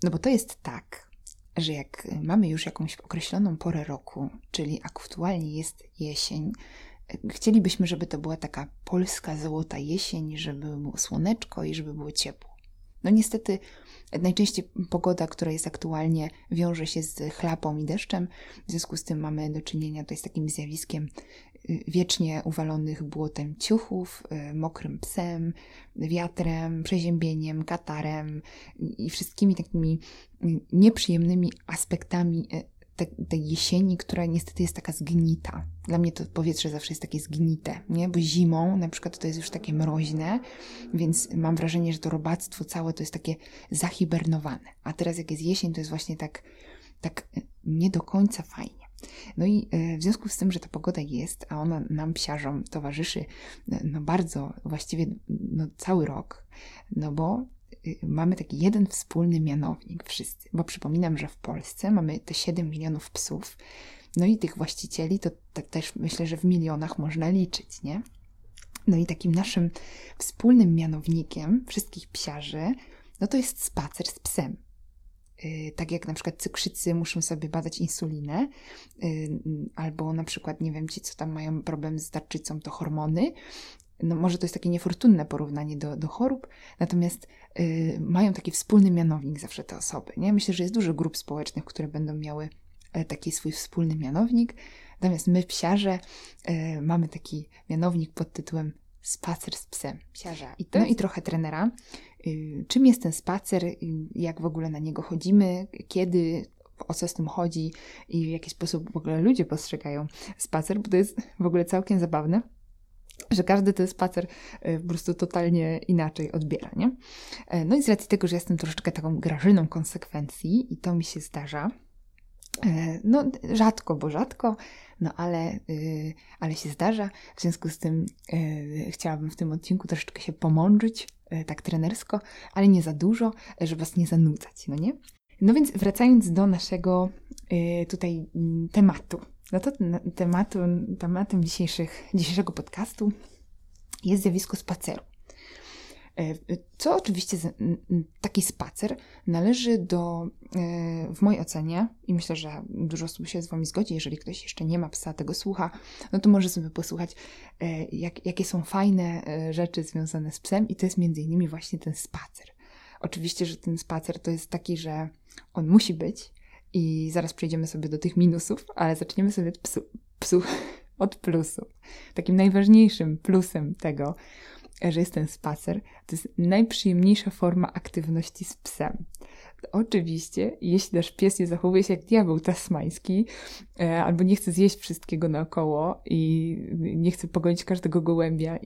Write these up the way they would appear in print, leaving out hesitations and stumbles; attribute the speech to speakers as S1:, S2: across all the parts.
S1: No bo to jest tak, że jak mamy już jakąś określoną porę roku, czyli aktualnie jest jesień, chcielibyśmy, żeby to była taka polska złota jesień, żeby było słoneczko i żeby było ciepło. No niestety najczęściej pogoda, która jest aktualnie, wiąże się z chlapą i deszczem. W związku z tym mamy do czynienia tutaj z takim zjawiskiem wiecznie uwalonych błotem ciuchów, mokrym psem, wiatrem, przeziębieniem, katarem i wszystkimi takimi nieprzyjemnymi aspektami tej jesieni, która niestety jest taka zgnita. Dla mnie to powietrze zawsze jest takie zgnite, nie? Bo zimą na przykład to jest już takie mroźne, więc mam wrażenie, że to robactwo całe to jest takie zahibernowane. A teraz jak jest jesień, to jest właśnie tak nie do końca fajnie. No i w związku z tym, że ta pogoda jest, a ona nam psiarzom towarzyszy no bardzo, właściwie no cały rok, no bo mamy taki jeden wspólny mianownik wszyscy, bo przypominam, że w Polsce mamy te 7 milionów psów, no i tych właścicieli to też myślę, że w milionach można liczyć, nie? No i takim naszym wspólnym mianownikiem wszystkich psiarzy, no to jest spacer z psem. Tak jak na przykład cukrzycy muszą sobie badać insulinę, albo na przykład, nie wiem, ci, co tam mają problem z tarczycą, to hormony. No może to jest takie niefortunne porównanie do chorób, natomiast mają taki wspólny mianownik zawsze te osoby, nie? Myślę, że jest dużo grup społecznych, które będą miały taki swój wspólny mianownik, natomiast my, psiarze, mamy taki mianownik pod tytułem spacer z psem, psiarza. I trochę trenera. Czym jest ten spacer, jak w ogóle na niego chodzimy, kiedy, o co z tym chodzi i w jaki sposób w ogóle ludzie postrzegają spacer, bo to jest w ogóle całkiem zabawne, że każdy ten spacer po prostu totalnie inaczej odbiera, nie? No i z racji tego, że jestem troszeczkę taką Grażyną konsekwencji i to mi się zdarza, no rzadko, no ale się zdarza. W związku z tym chciałabym w tym odcinku troszeczkę się pomądrzyć, tak trenersko, ale nie za dużo, żeby was nie zanudzać, no nie? No więc wracając do naszego tutaj tematu. No to tematem dzisiejszego podcastu jest zjawisko spaceru. Co oczywiście taki spacer należy do, w mojej ocenie, i myślę, że dużo osób się z wami zgodzi, jeżeli ktoś jeszcze nie ma psa, tego słucha, no to może sobie posłuchać, jakie są fajne rzeczy związane z psem i to jest między innymi właśnie ten spacer. Oczywiście, że ten spacer to jest taki, że on musi być i zaraz przejdziemy sobie do tych minusów, ale zaczniemy sobie od plusów. Takim najważniejszym plusem tego, że jest ten spacer, to jest najprzyjemniejsza forma aktywności z psem. Oczywiście, jeśli nasz pies nie zachowuje się jak diabeł tasmański, albo nie chce zjeść wszystkiego naokoło i nie chce pogonić każdego gołębia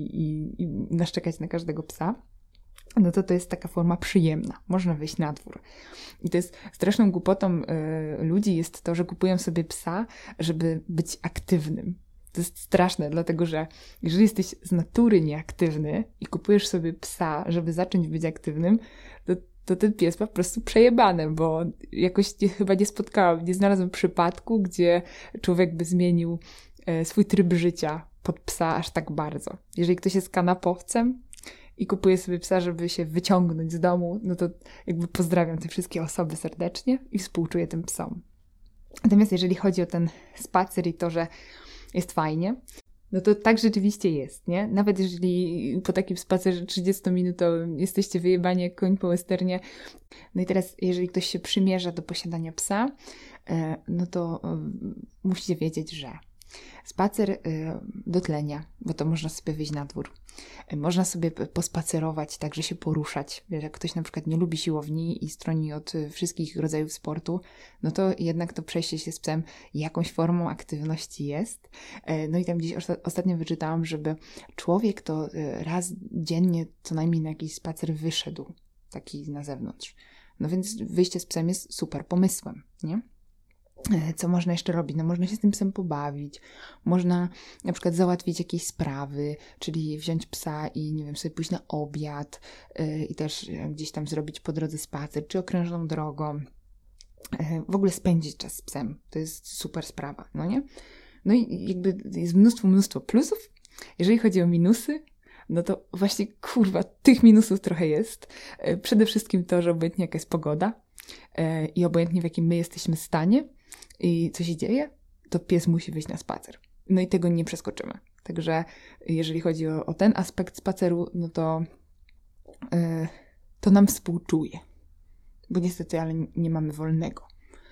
S1: i naszczekać na każdego psa, no to jest taka forma przyjemna. Można wyjść na dwór. I to jest straszną głupotą ludzi jest to, że kupują sobie psa, żeby być aktywnym. To jest straszne, dlatego że jeżeli jesteś z natury nieaktywny i kupujesz sobie psa, żeby zacząć być aktywnym, to ten pies ma po prostu przejebane, bo jakoś chyba nie znalazłem przypadku, gdzie człowiek by zmienił swój tryb życia pod psa aż tak bardzo. Jeżeli ktoś jest kanapowcem i kupuje sobie psa, żeby się wyciągnąć z domu, no to jakby pozdrawiam te wszystkie osoby serdecznie i współczuję tym psom. Natomiast jeżeli chodzi o ten spacer i to, że jest fajnie, no to tak rzeczywiście jest, nie? Nawet jeżeli po takim spacerze 30-minutowym jesteście wyjebani jak koń po westernie. No i teraz, jeżeli ktoś się przymierza do posiadania psa, no to musicie wiedzieć, że spacer do tlenia, bo to można sobie wyjść na dwór. Można sobie pospacerować, także się poruszać. Wiesz, jak ktoś na przykład nie lubi siłowni i stroni od wszystkich rodzajów sportu, no to jednak to przejście się z psem jakąś formą aktywności jest. No i tam gdzieś ostatnio wyczytałam, żeby człowiek to raz dziennie co najmniej na jakiś spacer wyszedł, taki na zewnątrz. No więc wyjście z psem jest super pomysłem, nie? Co można jeszcze robić? No można się z tym psem pobawić, można na przykład załatwić jakieś sprawy, czyli wziąć psa i nie wiem, sobie pójść na obiad i też gdzieś tam zrobić po drodze spacer, czy okrężną drogą. W ogóle spędzić czas z psem. To jest super sprawa, no nie? No i jakby jest mnóstwo plusów. Jeżeli chodzi o minusy, no to właśnie, kurwa, tych minusów trochę jest. Przede wszystkim to, że obojętnie jaka jest pogoda, i obojętnie w jakim my jesteśmy stanie i co się dzieje, to pies musi wyjść na spacer. No i tego nie przeskoczymy. Także jeżeli chodzi o ten aspekt spaceru, no to nam współczuje. Bo niestety, ale nie mamy wolnego.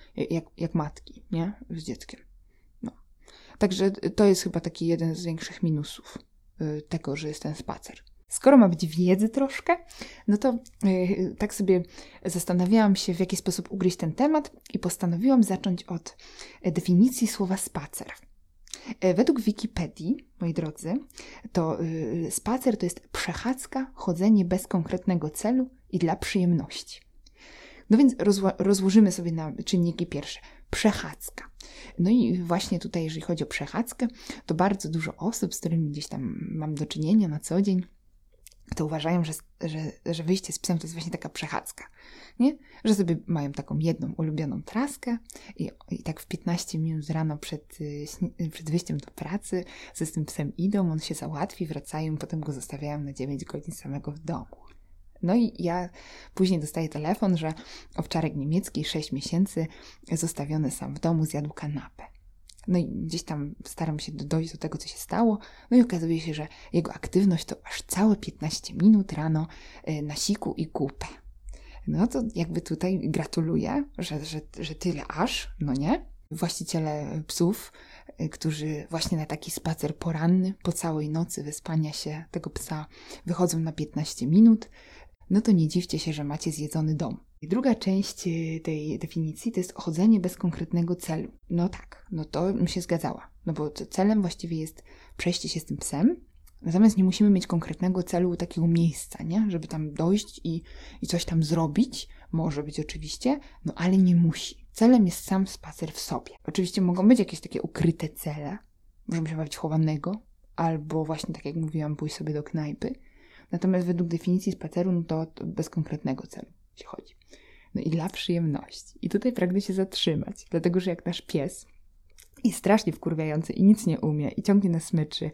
S1: Jak matki, nie? Z dzieckiem. No. Także to jest chyba taki jeden z większych minusów tego, że jest ten spacer. Skoro ma być wiedzy troszkę, no to tak sobie zastanawiałam się, w jaki sposób ugryźć ten temat i postanowiłam zacząć od definicji słowa spacer. Według Wikipedii, moi drodzy, to spacer to jest przechadzka, chodzenie bez konkretnego celu i dla przyjemności. No więc rozłożymy sobie na czynniki pierwsze. Przechadzka. No i właśnie tutaj, jeżeli chodzi o przechadzkę, to bardzo dużo osób, z którymi gdzieś tam mam do czynienia na co dzień, to uważają, że wyjście z psem to jest właśnie taka przechadzka, nie? Że sobie mają taką jedną ulubioną traskę i tak w 15 minut rano przed wyjściem do pracy ze z tym psem idą, on się załatwi, wracają, potem go zostawiają na 9 godzin samego w domu. No i ja później dostaję telefon, że owczarek niemiecki 6 miesięcy zostawiony sam w domu zjadł kanapę. No i gdzieś tam staram się dojść do tego, co się stało. No i okazuje się, że jego aktywność to aż całe 15 minut rano na siku i kupę. No to jakby tutaj gratuluję, że tyle aż, no nie? Właściciele psów, którzy właśnie na taki spacer poranny, po całej nocy wyspania się tego psa wychodzą na 15 minut, no to nie dziwcie się, że macie zjedzony dom. I druga część tej definicji to jest chodzenie bez konkretnego celu. No tak, no to bym się zgadzała. No bo celem właściwie jest przejście się z tym psem, natomiast nie musimy mieć konkretnego celu takiego miejsca, nie? Żeby tam dojść i coś tam zrobić. Może być oczywiście, no ale nie musi. Celem jest sam spacer w sobie. Oczywiście mogą być jakieś takie ukryte cele. Możemy się bawić chowanego, albo właśnie tak jak mówiłam, pójść sobie do knajpy. Natomiast według definicji spaceru, no to bez konkretnego celu się chodzi. No i dla przyjemności. I tutaj pragnę się zatrzymać, dlatego że jak nasz pies jest strasznie wkurwiający i nic nie umie i ciągnie na smyczy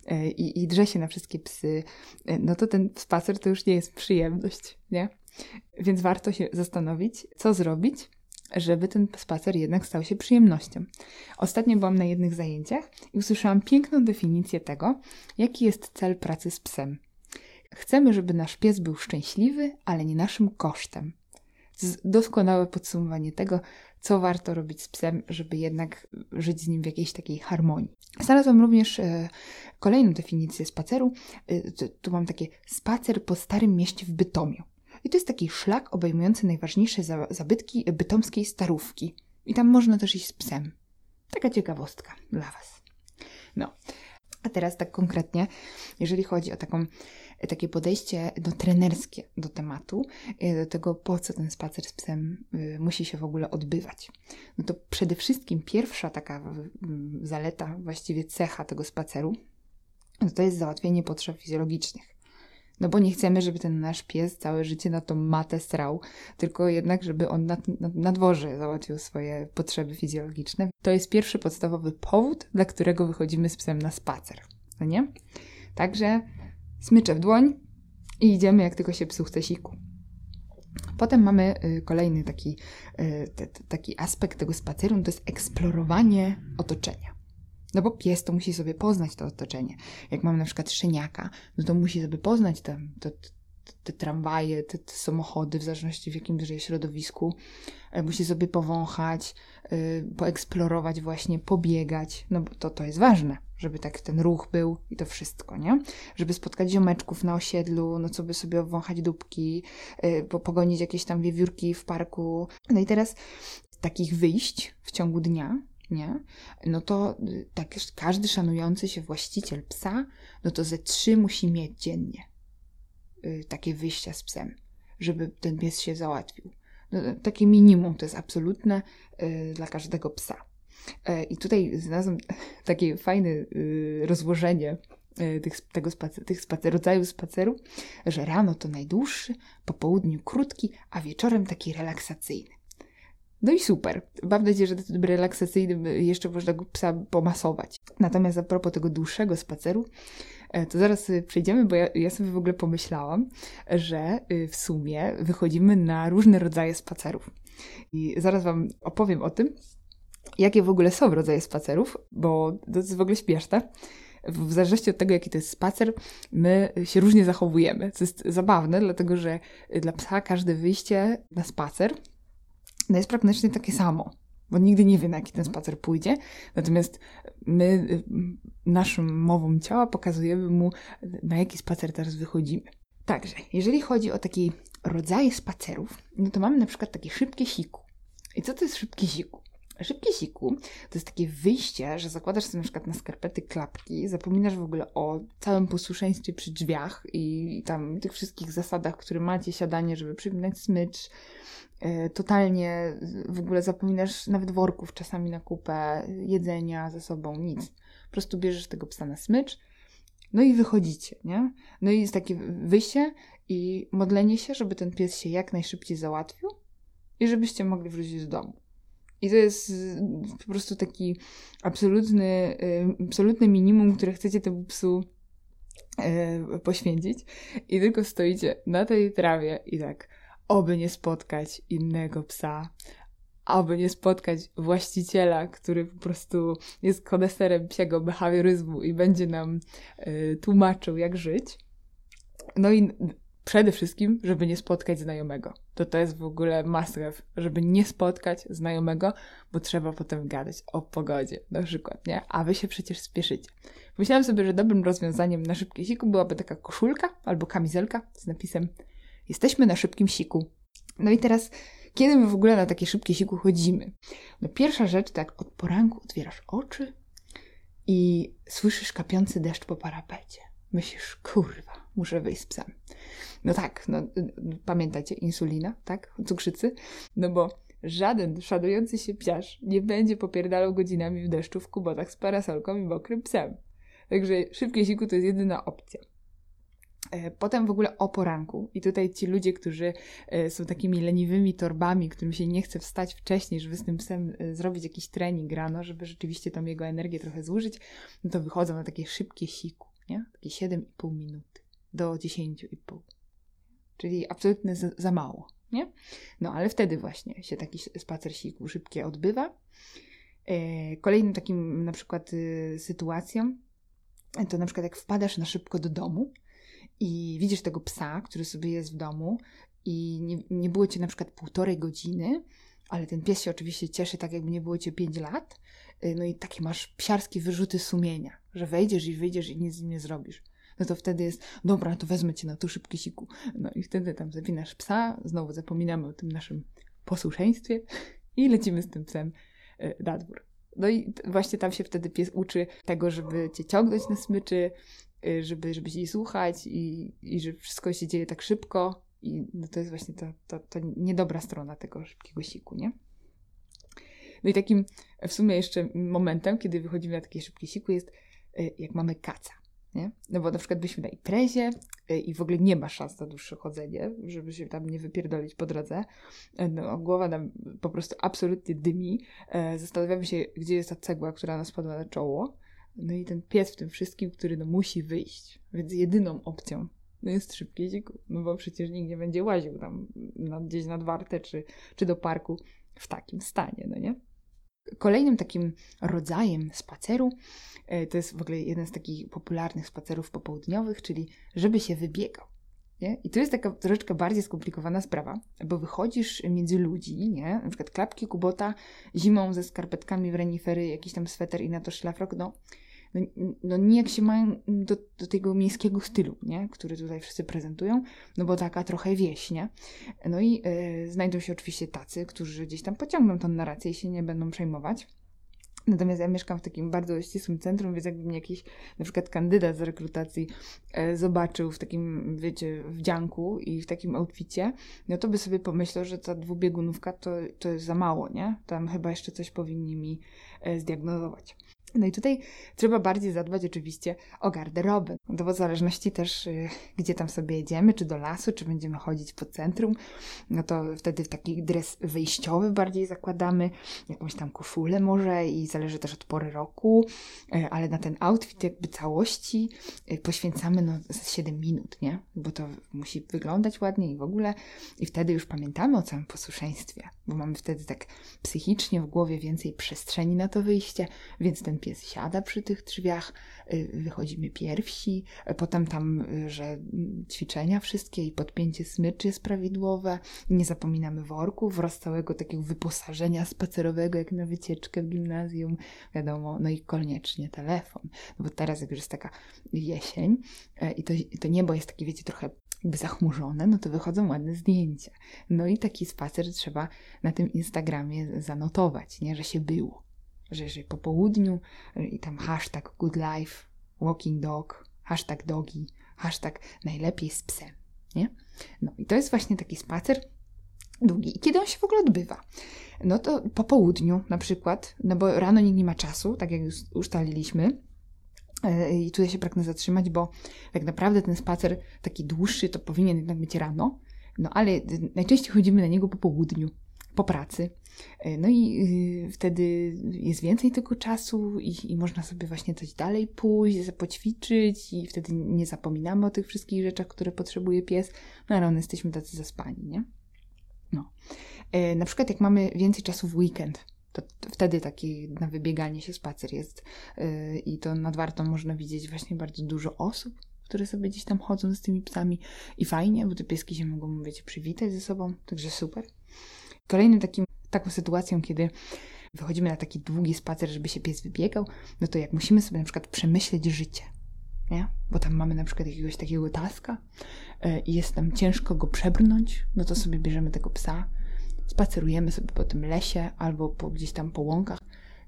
S1: i drze się na wszystkie psy, no to ten spacer to już nie jest przyjemność, nie? Więc warto się zastanowić, co zrobić, żeby ten spacer jednak stał się przyjemnością. Ostatnio byłam na jednych zajęciach i usłyszałam piękną definicję tego, jaki jest cel pracy z psem. Chcemy, żeby nasz pies był szczęśliwy, ale nie naszym kosztem. To jest doskonałe podsumowanie tego, co warto robić z psem, żeby jednak żyć z nim w jakiejś takiej harmonii. Znalazłam również kolejną definicję spaceru. Tu mam takie spacer po Starym Mieście w Bytomiu. I to jest taki szlak obejmujący najważniejsze zabytki bytomskiej Starówki. I tam można też iść z psem. Taka ciekawostka dla Was. No, a teraz tak konkretnie, jeżeli chodzi o takie podejście trenerskie do tematu, do tego, po co ten spacer z psem musi się w ogóle odbywać. No to przede wszystkim pierwsza taka zaleta, właściwie cecha tego spaceru, to jest załatwienie potrzeb fizjologicznych. No bo nie chcemy, żeby ten nasz pies całe życie na tą matę srał, tylko jednak, żeby on na dworze załatwił swoje potrzeby fizjologiczne. To jest pierwszy podstawowy powód, dla którego wychodzimy z psem na spacer. No nie? Także smycze w dłoń i idziemy, jak tylko się psu chce siku. Potem mamy kolejny taki aspekt tego spaceru, to jest eksplorowanie otoczenia. No bo pies to musi sobie poznać to otoczenie. Jak mamy na przykład szczeniaka, no to musi sobie poznać te tramwaje, te samochody, w zależności w jakim żyje środowisku. Musi sobie powąchać, poeksplorować właśnie, pobiegać. No bo to jest ważne, żeby tak ten ruch był i to wszystko, nie? Żeby spotkać ziomeczków na osiedlu, no co by sobie obwąchać dupki, pogonić jakieś tam wiewiórki w parku. No i teraz takich wyjść w ciągu dnia, nie? No to tak, każdy szanujący się właściciel psa, no to ze 3 musi mieć dziennie takie wyjścia z psem, żeby ten pies się załatwił. No, takie minimum to jest absolutne dla każdego psa. I tutaj znalazłam takie fajne rozłożenie rodzajów spaceru, że rano to najdłuższy, po południu krótki, a wieczorem taki relaksacyjny. No i super. Mam nadzieję, że tym relaksacyjnym jeszcze można go psa pomasować. Natomiast a propos tego dłuższego spaceru, to zaraz sobie przejdziemy, bo ja sobie w ogóle pomyślałam, że w sumie wychodzimy na różne rodzaje spacerów. I zaraz wam opowiem o tym, jakie w ogóle są rodzaje spacerów, bo to jest w ogóle śmieszne. W zależności od tego, jaki to jest spacer, my się różnie zachowujemy. To jest zabawne, dlatego że dla psa każde wyjście na spacer jest praktycznie takie samo, bo nigdy nie wie, na jaki ten spacer pójdzie. Natomiast my naszą mową ciała pokazujemy mu, na jaki spacer teraz wychodzimy. Także, jeżeli chodzi o takie rodzaje spacerów, no to mamy na przykład takie szybkie siku. I co to jest szybkie siku? Szybkie siku to jest takie wyjście, że zakładasz sobie na przykład na skarpety klapki, zapominasz w ogóle o całym posłuszeństwie przy drzwiach i tam tych wszystkich zasadach, które macie siadanie, żeby przywinąć smycz. Totalnie w ogóle zapominasz nawet worków czasami na kupę, jedzenia ze sobą, nic. Po prostu bierzesz tego psa na smycz, no i wychodzicie, nie? No i jest takie wyjście i modlenie się, żeby ten pies się jak najszybciej załatwił i żebyście mogli wrócić do domu. I to jest po prostu taki absolutne minimum, które chcecie temu psu poświęcić. I tylko stoicie na tej trawie i tak, oby nie spotkać innego psa, aby nie spotkać właściciela, który po prostu jest koneserem psiego behawioryzmu i będzie nam tłumaczył, jak żyć. No i przede wszystkim, żeby nie spotkać znajomego. To jest w ogóle must have, żeby nie spotkać znajomego, bo trzeba potem gadać o pogodzie na przykład, nie? A wy się przecież spieszycie. Myślałam sobie, że dobrym rozwiązaniem na szybkie siku byłaby taka koszulka albo kamizelka z napisem jesteśmy na szybkim siku. No i teraz, kiedy my w ogóle na takie szybkie siku chodzimy? No pierwsza rzecz, tak od poranku otwierasz oczy i słyszysz kapiący deszcz po parapecie. Myślisz, kurwa, muszę wyjść z psem. No tak, pamiętacie, insulina, tak? Cukrzycy? No bo żaden szanujący się psiarz nie będzie popierdalał godzinami w deszczu w kubotach z parasolką i mokrym psem. Także szybkie siku to jest jedyna opcja. Potem w ogóle o poranku i tutaj ci ludzie, którzy są takimi leniwymi torbami, którym się nie chce wstać wcześniej, żeby z tym psem zrobić jakiś trening rano, żeby rzeczywiście tą jego energię trochę zużyć, no to wychodzą na takie szybkie siku, nie? Takie 7,5 minuty do 10,5. Czyli absolutnie za mało, nie? No ale wtedy właśnie się taki spacer siku szybkie odbywa. Kolejnym takim na przykład sytuacją to na przykład jak wpadasz na szybko do domu i widzisz tego psa, który sobie jest w domu i nie było cię na przykład 1,5 godziny, ale ten pies się oczywiście cieszy tak, jakby nie było cię 5 lat, no i takie masz psiarskie wyrzuty sumienia, że wejdziesz i wyjdziesz i nic z nim nie zrobisz. No to wtedy jest, dobra, to wezmę cię na to szybkie siku. No i wtedy tam zapinasz psa, znowu zapominamy o tym naszym posłuszeństwie i lecimy z tym psem na dwór. No i właśnie tam się wtedy pies uczy tego, żeby cię ciągnąć na smyczy, żeby jej słuchać i że wszystko się dzieje tak szybko i no to jest właśnie ta niedobra strona tego szybkiego siku, nie? No i takim w sumie jeszcze momentem, kiedy wychodzimy na takie szybkie siku jest jak mamy kaca, nie? No bo na przykład byliśmy na imprezie i w ogóle nie ma szans na dłuższe chodzenie, żeby się tam nie wypierdolić po drodze. No, głowa nam po prostu absolutnie dymi. Zastanawiamy się, gdzie jest ta cegła, która nas spadła na czoło. No i ten pies w tym wszystkim, który no musi wyjść. Więc jedyną opcją jest szybkie siku. No bo przecież nikt nie będzie łaził tam gdzieś nad Wartę czy do parku w takim stanie, no nie? Kolejnym takim rodzajem spaceru to jest w ogóle jeden z takich popularnych spacerów popołudniowych, czyli żeby się wybiegał. Nie? I to jest taka troszeczkę bardziej skomplikowana sprawa, bo wychodzisz między ludzi, nie? Na przykład klapki, kubota, zimą ze skarpetkami w renifery, jakiś tam sweter i na to szlafrok, no nijak się mają do tego miejskiego stylu, nie? Który tutaj wszyscy prezentują, no bo taka trochę wieś, nie? No i znajdą się oczywiście tacy, którzy gdzieś tam pociągną tą narrację i się nie będą przejmować. Natomiast ja mieszkam w takim bardzo ścisłym centrum, więc jakby mnie jakiś na przykład kandydat z rekrutacji zobaczył w takim, wiecie, wdzianku i w takim outficie, no to by sobie pomyślał, że ta dwubiegunówka to jest za mało, nie? Tam chyba jeszcze coś powinni mi zdiagnozować. No i tutaj trzeba bardziej zadbać oczywiście o garderobę. To w zależności też, gdzie tam sobie jedziemy, czy do lasu, czy będziemy chodzić po centrum, no to wtedy taki dres wyjściowy bardziej zakładamy, jakąś tam koszulę może i zależy też od pory roku, ale na ten outfit jakby całości poświęcamy no 7 minut, nie? Bo to musi wyglądać ładnie i w ogóle i wtedy już pamiętamy o całym posłuszeństwie, bo mamy wtedy tak psychicznie w głowie więcej przestrzeni na to wyjście, więc ten pies siada przy tych drzwiach, wychodzimy pierwsi, potem tam, że ćwiczenia wszystkie i podpięcie smyczy jest prawidłowe, nie zapominamy worków oraz całego takiego wyposażenia spacerowego, jak na wycieczkę w gimnazjum, wiadomo, no i koniecznie telefon, no bo teraz jak już jest taka jesień i to niebo jest takie, wiecie, trochę jakby zachmurzone, no to wychodzą ładne zdjęcia. No i taki spacer trzeba na tym Instagramie zanotować, nie, że się było. Że jeżeli po południu i tam hashtag good life, walking dog, hashtag dogi, hashtag najlepiej z psem, nie? No i to jest właśnie taki spacer długi. I kiedy on się w ogóle odbywa? No to po południu na przykład, no bo rano nikt nie ma czasu, tak jak już ustaliliśmy. I tutaj się pragnę zatrzymać, bo tak naprawdę ten spacer taki dłuższy to powinien jednak być rano, no ale najczęściej chodzimy na niego po południu, po pracy. No i wtedy jest więcej tego czasu i można sobie właśnie coś dalej pójść, poćwiczyć i wtedy nie zapominamy o tych wszystkich rzeczach, które potrzebuje pies, no ale jesteśmy tacy zaspani, nie? No. Na przykład jak mamy więcej czasu w weekend, to wtedy taki na wybieganie się spacer jest i to nad Wartą można widzieć właśnie bardzo dużo osób, które sobie gdzieś tam chodzą z tymi psami i fajnie, bo te pieski się mogą, wiecie, przywitać ze sobą, także super. Kolejnym taką sytuacją, kiedy wychodzimy na taki długi spacer, żeby się pies wybiegał, no to jak musimy sobie na przykład przemyśleć życie, nie? Bo tam mamy na przykład jakiegoś takiego taska i jest tam ciężko go przebrnąć, no to sobie bierzemy tego psa, spacerujemy sobie po tym lesie albo gdzieś tam po łąkach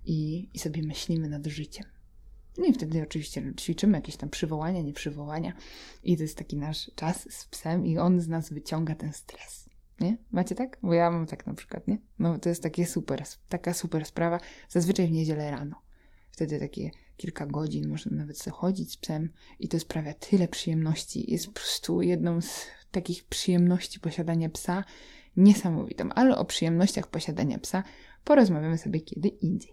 S1: i sobie myślimy nad życiem. No i wtedy oczywiście ćwiczymy jakieś tam przywołania, nieprzywołania i to jest taki nasz czas z psem i on z nas wyciąga ten stres. Nie? Macie tak? Bo ja mam tak na przykład, nie? No to jest taka super sprawa, zazwyczaj w niedzielę rano. Wtedy takie kilka godzin można nawet sobie chodzić z psem i to sprawia tyle przyjemności. Jest po prostu jedną z takich przyjemności posiadania psa niesamowitą. Ale o przyjemnościach posiadania psa porozmawiamy sobie kiedy indziej.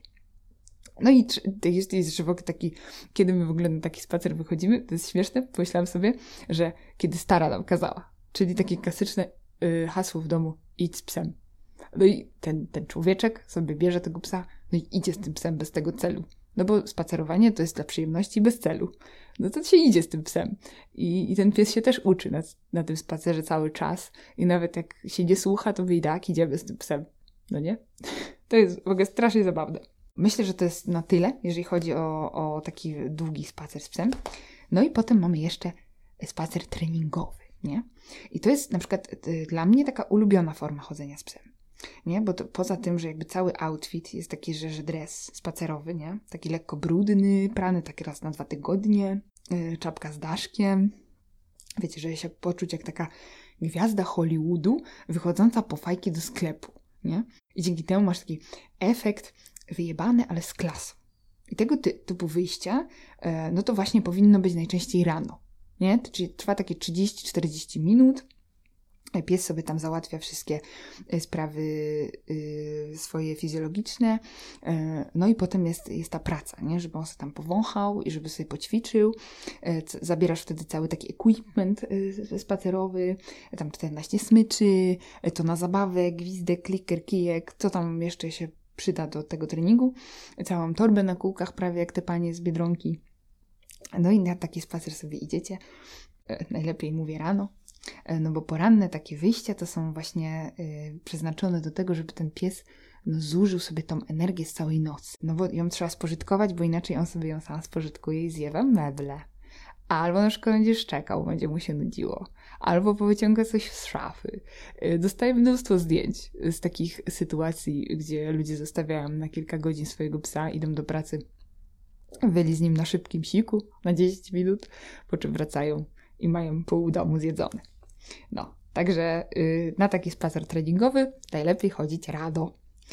S1: No i jest żywok taki, kiedy my w ogóle na taki spacer wychodzimy, to jest śmieszne, pomyślałam sobie, że kiedy stara nam kazała, czyli takie klasyczne hasło w domu, idź z psem. No i ten człowieczek sobie bierze tego psa, no i idzie z tym psem bez tego celu. No bo spacerowanie to jest dla przyjemności bez celu. No to się idzie z tym psem. I ten pies się też uczy na tym spacerze cały czas. I nawet jak się nie słucha, to my i tak idziemy z tym psem. No nie? To jest w ogóle strasznie zabawne. Myślę, że to jest na tyle, jeżeli chodzi o taki długi spacer z psem. No i potem mamy jeszcze spacer treningowy, nie? I to jest na przykład dla mnie taka ulubiona forma chodzenia z psem. Nie? Bo to, poza tym, że jakby cały outfit jest taki, że dres spacerowy, nie? Taki lekko brudny, prany tak raz na 2 tygodnie, czapka z daszkiem. Wiecie, że się poczuć jak taka gwiazda Hollywoodu wychodząca po fajki do sklepu, nie? I dzięki temu masz taki efekt wyjebany, ale z klasą. I tego typu wyjścia, no to właśnie powinno być najczęściej rano, nie? Czyli trwa takie 30-40 minut. Pies sobie tam załatwia wszystkie sprawy swoje fizjologiczne, no i potem jest ta praca, nie? Żeby on sobie tam powąchał i żeby sobie poćwiczył. Zabierasz wtedy cały taki equipment spacerowy, tam 14 smyczy, to na zabawę, gwizdek, kliker, kijek, co tam jeszcze się przyda do tego treningu. Całą torbę na kółkach, prawie jak te panie z Biedronki. No i na taki spacer sobie idziecie. Najlepiej mówię rano. No bo poranne takie wyjścia to są właśnie przeznaczone do tego, żeby ten pies zużył sobie tą energię z całej nocy. No bo ją trzeba spożytkować, bo inaczej on sobie ją sam spożytkuje i zjewa meble. Albo na przykład będzie szczekał, będzie mu się nudziło. Albo powyciąga coś z szafy. Dostaję mnóstwo zdjęć z takich sytuacji, gdzie ludzie zostawiają na kilka godzin swojego psa, idą do pracy, byli z nim na szybkim siku, na 10 minut, po czym wracają i mają pół domu zjedzone. No, także na taki spacer treningowy najlepiej chodzić rano.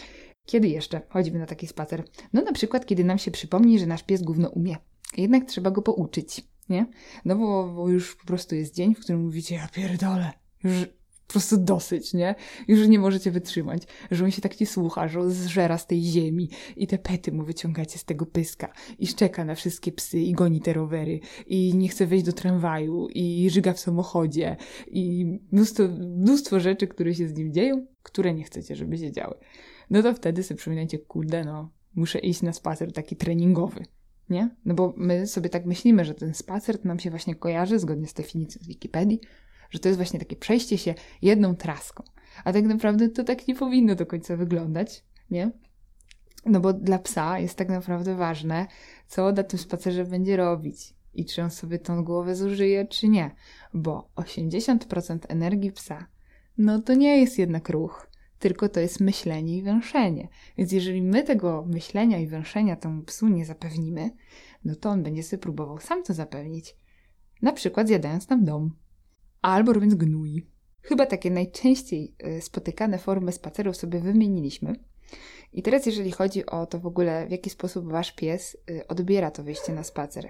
S1: Kiedy jeszcze chodzimy na taki spacer? No na przykład, kiedy nam się przypomni, że nasz pies gówno umie. Jednak trzeba go pouczyć, nie? No bo już po prostu jest dzień, w którym mówicie, ja pierdolę, już po prostu dosyć, nie? Już nie możecie wytrzymać, że on się tak nie słucha, że on zżera z tej ziemi i te pety mu wyciągacie z tego pyska i szczeka na wszystkie psy i goni te rowery i nie chce wejść do tramwaju i żyga w samochodzie i mnóstwo rzeczy, które się z nim dzieją, które nie chcecie, żeby się działy. No to wtedy sobie przypominacie, kurde, no muszę iść na spacer taki treningowy, nie? No bo my sobie tak myślimy, że ten spacer to nam się właśnie kojarzy, zgodnie z definicją z Wikipedii, że to jest właśnie takie przejście się jedną traską. A tak naprawdę to tak nie powinno do końca wyglądać, nie? No bo dla psa jest tak naprawdę ważne, co na tym spacerze będzie robić i czy on sobie tą głowę zużyje, czy nie. Bo 80% energii psa, no to nie jest jednak ruch, tylko to jest myślenie i węszenie. Więc jeżeli my tego myślenia i węszenia temu psu nie zapewnimy, no to on będzie sobie próbował sam to zapewnić. Na przykład zjadając nam dom. Albo robiąc gnój. Chyba takie najczęściej spotykane formy spacerów sobie wymieniliśmy. I teraz jeżeli chodzi o to w ogóle, w jaki sposób wasz pies odbiera to wyjście na spacer.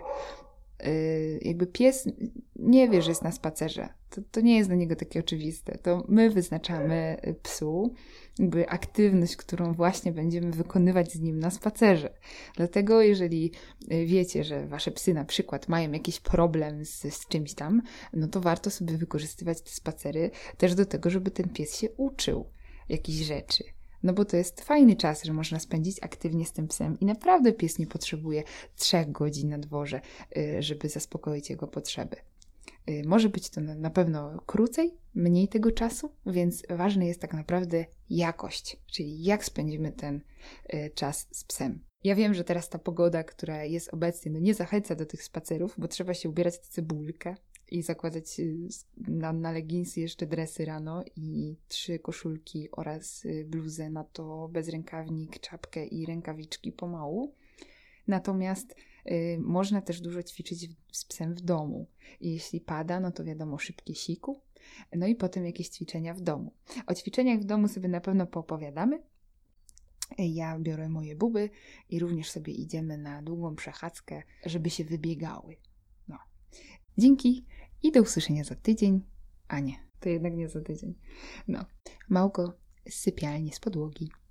S1: Jakby pies nie wie, że jest na spacerze. To nie jest dla niego takie oczywiste. To my wyznaczamy psu jakby aktywność, którą właśnie będziemy wykonywać z nim na spacerze. Dlatego jeżeli wiecie, że wasze psy na przykład mają jakiś problem z czymś tam, no to warto sobie wykorzystywać te spacery też do tego, żeby ten pies się uczył jakichś rzeczy. No bo to jest fajny czas, że można spędzić aktywnie z tym psem i naprawdę pies nie potrzebuje 3 godzin na dworze, żeby zaspokoić jego potrzeby. Może być to na pewno krócej, mniej tego czasu, więc ważna jest tak naprawdę jakość, czyli jak spędzimy ten czas z psem. Ja wiem, że teraz ta pogoda, która jest obecnie, no nie zachęca do tych spacerów, bo trzeba się ubierać w cebulkę i zakładać na leginsy jeszcze dresy rano i 3 koszulki oraz bluzę, na to bezrękawnik, czapkę i rękawiczki pomału. Natomiast można też dużo ćwiczyć z psem w domu. I jeśli pada, no to wiadomo, szybkie siku. No i potem jakieś ćwiczenia w domu. O ćwiczeniach w domu sobie na pewno poopowiadamy. Ja biorę moje buby i również sobie idziemy na długą przechadzkę, żeby się wybiegały. No. Dzięki i do usłyszenia za tydzień. A nie, to jednak nie za tydzień. No. Małko z sypialni, z podłogi.